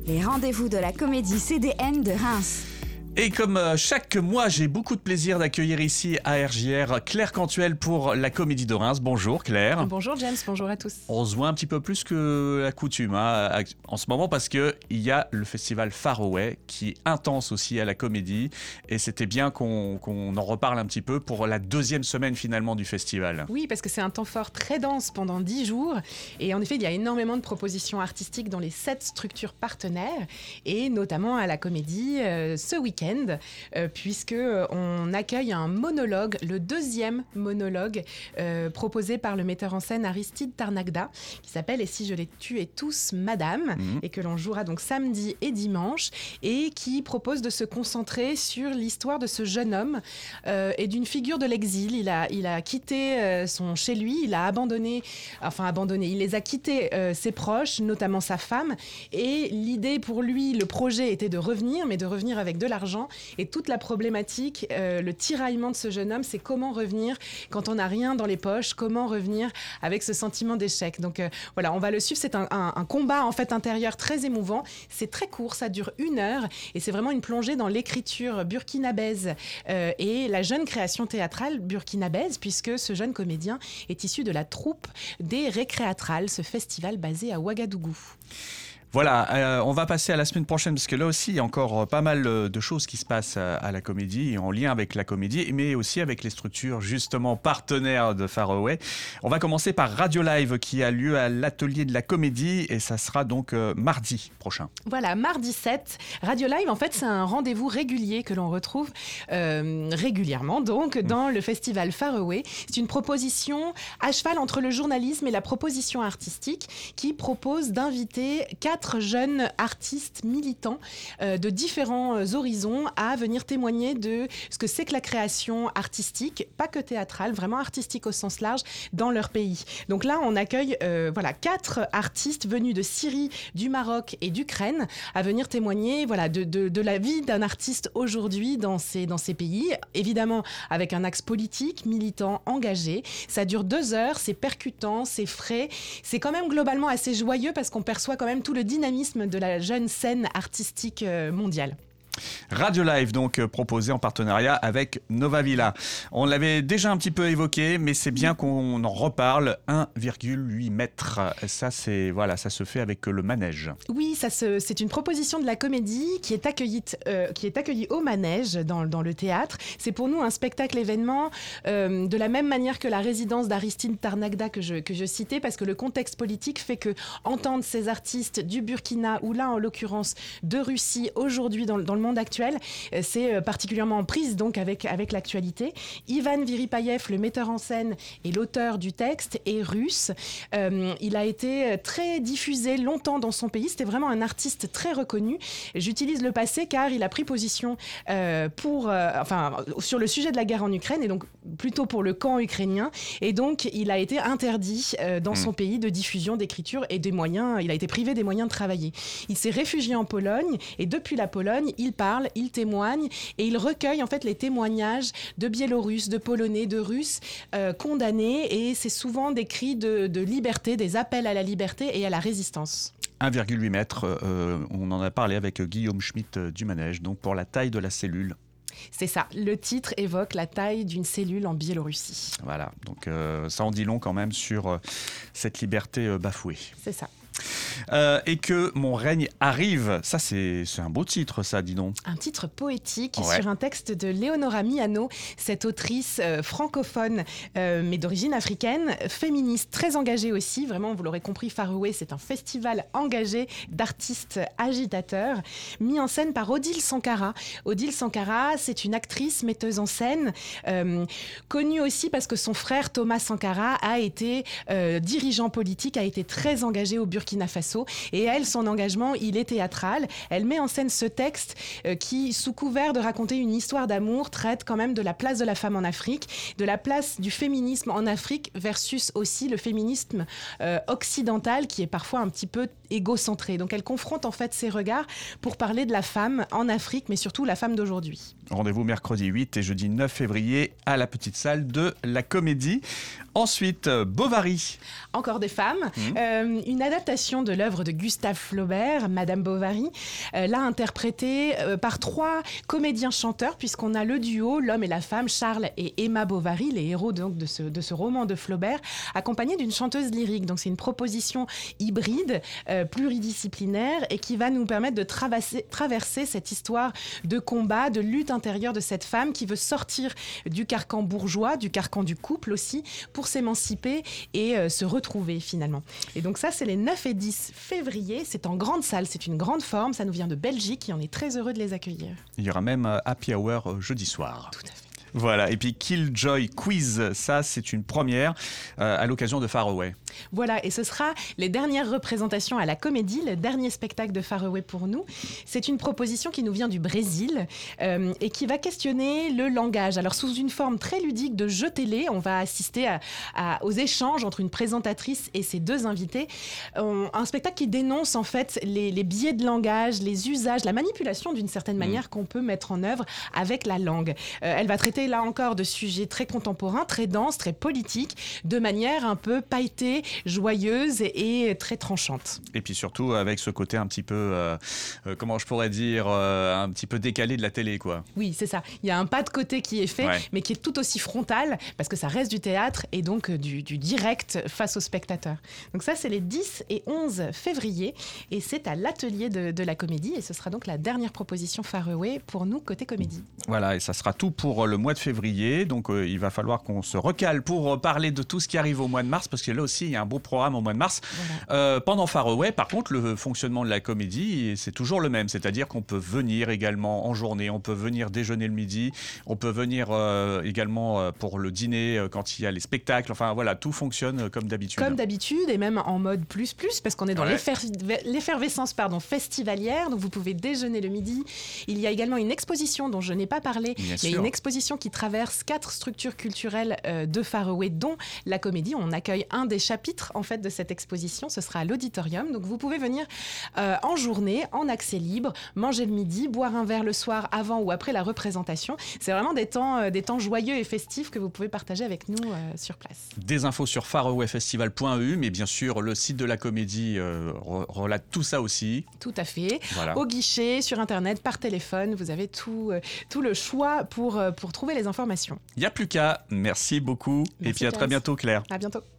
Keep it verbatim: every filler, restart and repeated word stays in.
Les rendez-vous de la comédie C D N de Reims. Et comme chaque mois, j'ai beaucoup de plaisir d'accueillir ici à R J R Claire Cantuel pour la Comédie de Reims. Bonjour Claire. Bonjour James, bonjour à tous. On se voit un petit peu plus que la coutume hein, en ce moment parce qu'il y a le festival Faroé qui est intense aussi à la Comédie. Et c'était bien qu'on, qu'on en reparle un petit peu pour la deuxième semaine finalement du festival. Oui, parce que c'est un temps fort très dense pendant dix jours. Et en effet, il y a énormément de propositions artistiques dans les sept structures partenaires et notamment à la Comédie euh, ce week-end. Euh, puisque on accueille un monologue, le deuxième monologue euh, proposé par le metteur en scène Aristide Tarnagda, qui s'appelle « Et si je les tuais tous, Madame mmh. » et que l'on jouera donc samedi et dimanche, et qui propose de se concentrer sur l'histoire de ce jeune homme euh, et d'une figure de l'exil. Il a, il a quitté euh, son chez lui, il a abandonné, enfin abandonné, il les a quittés euh, ses proches, notamment sa femme, et l'idée pour lui, le projet était de revenir, mais de revenir avec de l'argent. Et toute la problématique, euh, le tiraillement de ce jeune homme, c'est comment revenir quand on n'a rien dans les poches, comment revenir avec ce sentiment d'échec. Donc euh, voilà, on va le suivre. C'est un, un, un combat en fait intérieur très émouvant. C'est très court, ça dure une heure et c'est vraiment une plongée dans l'écriture burkinabèse euh, et la jeune création théâtrale burkinabèse, puisque ce jeune comédien est issu de la troupe des Récréatrales, ce festival basé à Ouagadougou. Voilà, euh, on va passer à la semaine prochaine parce que là aussi, il y a encore pas mal de choses qui se passent à, à la Comédie, en lien avec la Comédie, mais aussi avec les structures justement partenaires de Faroé. On va commencer par Radio Live qui a lieu à l'atelier de la Comédie et ça sera donc euh, mardi prochain. Voilà, mardi sept. Radio Live, en fait, c'est un rendez-vous régulier que l'on retrouve euh, régulièrement donc dans mmh. le festival Faroé. C'est une proposition à cheval entre le journalisme et la proposition artistique qui propose d'inviter quatre jeunes artistes militants euh, de différents euh, horizons à venir témoigner de ce que c'est que la création artistique, pas que théâtrale, vraiment artistique au sens large, dans leur pays. Donc là, on accueille euh, voilà, quatre artistes venus de Syrie, du Maroc et d'Ukraine à venir témoigner voilà, de, de, de la vie d'un artiste aujourd'hui dans ces, dans ces pays, évidemment avec un axe politique, militant, engagé. Ça dure deux heures, c'est percutant, c'est frais, c'est quand même globalement assez joyeux parce qu'on perçoit quand même tout le dynamisme de la jeune scène artistique mondiale. Radio Live, donc proposé en partenariat avec Nova Villa. On l'avait déjà un petit peu évoqué, mais c'est bien qu'on en reparle. un virgule huit mètres. Ça, c'est, voilà, ça se fait avec le manège. Oui, ça se, c'est une proposition de la Comédie qui est accueillie, euh, qui est accueillie au manège dans, dans le théâtre. C'est pour nous un spectacle événement euh, de la même manière que la résidence d'Aristide Tarnagda que je, que je citais, parce que le contexte politique fait que entendre ces artistes du Burkina ou là, en l'occurrence, de Russie, aujourd'hui dans, dans le monde actuel, c'est particulièrement en prise donc avec, avec l'actualité. Ivan Viripayev, le metteur en scène et l'auteur du texte, est russe. Euh, il a été très diffusé longtemps dans son pays. C'était vraiment un artiste très reconnu. J'utilise le passé car il a pris position euh, pour, euh, enfin, sur le sujet de la guerre en Ukraine et donc plutôt pour le camp ukrainien. Et donc, il a été interdit euh, dans mmh. son pays de diffusion, d'écriture et des moyens. Il a été privé des moyens de travailler. Il s'est réfugié en Pologne et depuis la Pologne, il parle, il témoigne et il recueille en fait les témoignages de Biélorusses, de Polonais, de Russes euh, condamnés et c'est souvent des cris de, de liberté, des appels à la liberté et à la résistance. un virgule huit mètres, euh, on en a parlé avec Guillaume Schmitt du Manège, donc pour la taille de la cellule. C'est ça, le titre évoque la taille d'une cellule en Biélorussie. Voilà, donc euh, ça en dit long quand même sur euh, cette liberté euh, bafouée. C'est ça. Euh, et que mon règne arrive, ça c'est, c'est un beau titre ça, dis donc. Un titre poétique ouais. sur un texte de Leonora Miano, cette autrice euh, francophone euh, mais d'origine africaine, féministe, très engagée aussi, vraiment vous l'aurez compris, Faroé c'est un festival engagé d'artistes agitateurs, mis en scène par Odile Sankara. Odile Sankara c'est une actrice, metteuse en scène, euh, connue aussi parce que son frère Thomas Sankara a été euh, dirigeant politique, a été très engagé au Burkina Faso et elle, son engagement, il est théâtral. Elle met en scène ce texte euh, qui, sous couvert de raconter une histoire d'amour, traite quand même de la place de la femme en Afrique, de la place du féminisme en Afrique versus aussi le féminisme euh, occidental qui est parfois un petit peu égocentré. Donc elle confronte en fait ses regards pour parler de la femme en Afrique, mais surtout la femme d'aujourd'hui. Rendez-vous mercredi huit et jeudi neuf février à la petite salle de la Comédie. Ensuite, euh, Bovary. Encore des femmes. Mmh. Euh, une adaptation de l'œuvre de Gustave Flaubert, Madame Bovary, euh, là interprétée euh, par trois comédiens-chanteurs, puisqu'on a le duo, l'homme et la femme, Charles et Emma Bovary, les héros donc, de, ce, de ce roman de Flaubert, accompagnés d'une chanteuse lyrique. Donc c'est une proposition hybride, euh, pluridisciplinaire, et qui va nous permettre de traverser, traverser cette histoire de combat, de lutte intérieure de cette femme qui veut sortir du carcan bourgeois, du carcan du couple aussi, pour s'émanciper et euh, se retrouver finalement. Et donc ça, c'est les neuf et dix février. C'est en grande salle, c'est une grande forme. Ça nous vient de Belgique et on est très heureux de les accueillir. Il y aura même euh, Happy Hour euh, jeudi soir. Tout à fait. Voilà, et puis Killjoy Quiz, ça c'est une première euh, à l'occasion de Faraway. Voilà, et ce sera les dernières représentations à la Comédie, le dernier spectacle de Faraway pour nous. C'est une proposition qui nous vient du Brésil euh, et qui va questionner le langage. Alors sous une forme très ludique de jeu télé, on va assister à, à, aux échanges entre une présentatrice et ses deux invités. On, un spectacle qui dénonce en fait les, les biais de langage, les usages, la manipulation d'une certaine manière mmh. qu'on peut mettre en œuvre avec la langue. Euh, elle va traiter là encore de sujets très contemporains, très denses, très politiques, de manière un peu pailletée, joyeuse et, et très tranchante. Et puis surtout avec ce côté un petit peu, euh, euh, comment je pourrais dire, euh, un petit peu décalé de la télé, quoi. Oui, c'est ça. Il y a un pas de côté qui est fait, ouais. mais qui est tout aussi frontal, parce que ça reste du théâtre et donc euh, du, du direct face aux spectateurs. Donc ça, c'est les dix et onze février, et c'est à l'atelier de, de la Comédie, et ce sera donc la dernière proposition Faraway pour nous, côté Comédie. Voilà, et ça sera tout pour le mois de février, donc euh, il va falloir qu'on se recale pour euh, parler de tout ce qui arrive au mois de mars, parce que là aussi, il y a un beau programme au mois de mars. Voilà. Euh, pendant Faraway, par contre, le fonctionnement de la Comédie, c'est toujours le même, c'est-à-dire qu'on peut venir également en journée, on peut venir déjeuner le midi, on peut venir euh, également euh, pour le dîner euh, quand il y a les spectacles, enfin voilà, tout fonctionne comme d'habitude. Comme d'habitude, et même en mode plus plus, parce qu'on est dans ouais. l'effer- l'effervescence pardon, festivalière, donc vous pouvez déjeuner le midi. Il y a également une exposition dont je n'ai pas parlé, Bien mais sûr. Une exposition qui traverse quatre structures culturelles euh, de Faraway, dont la Comédie. On accueille un des chapitres en fait de cette exposition, ce sera à l'auditorium. Donc vous pouvez venir euh, en journée, en accès libre, manger le midi, boire un verre le soir avant ou après la représentation. C'est vraiment des temps, euh, des temps joyeux et festifs que vous pouvez partager avec nous euh, sur place. Des infos sur faraway festival point e u, mais bien sûr le site de la Comédie euh, relate tout ça aussi. Tout à fait. Voilà. Au guichet, sur internet, par téléphone, vous avez tout, euh, tout le choix pour, euh, pour trouver les informations. Il n'y a plus qu'à. Merci beaucoup. Merci, et puis à Thérèse. très bientôt, Claire. À bientôt.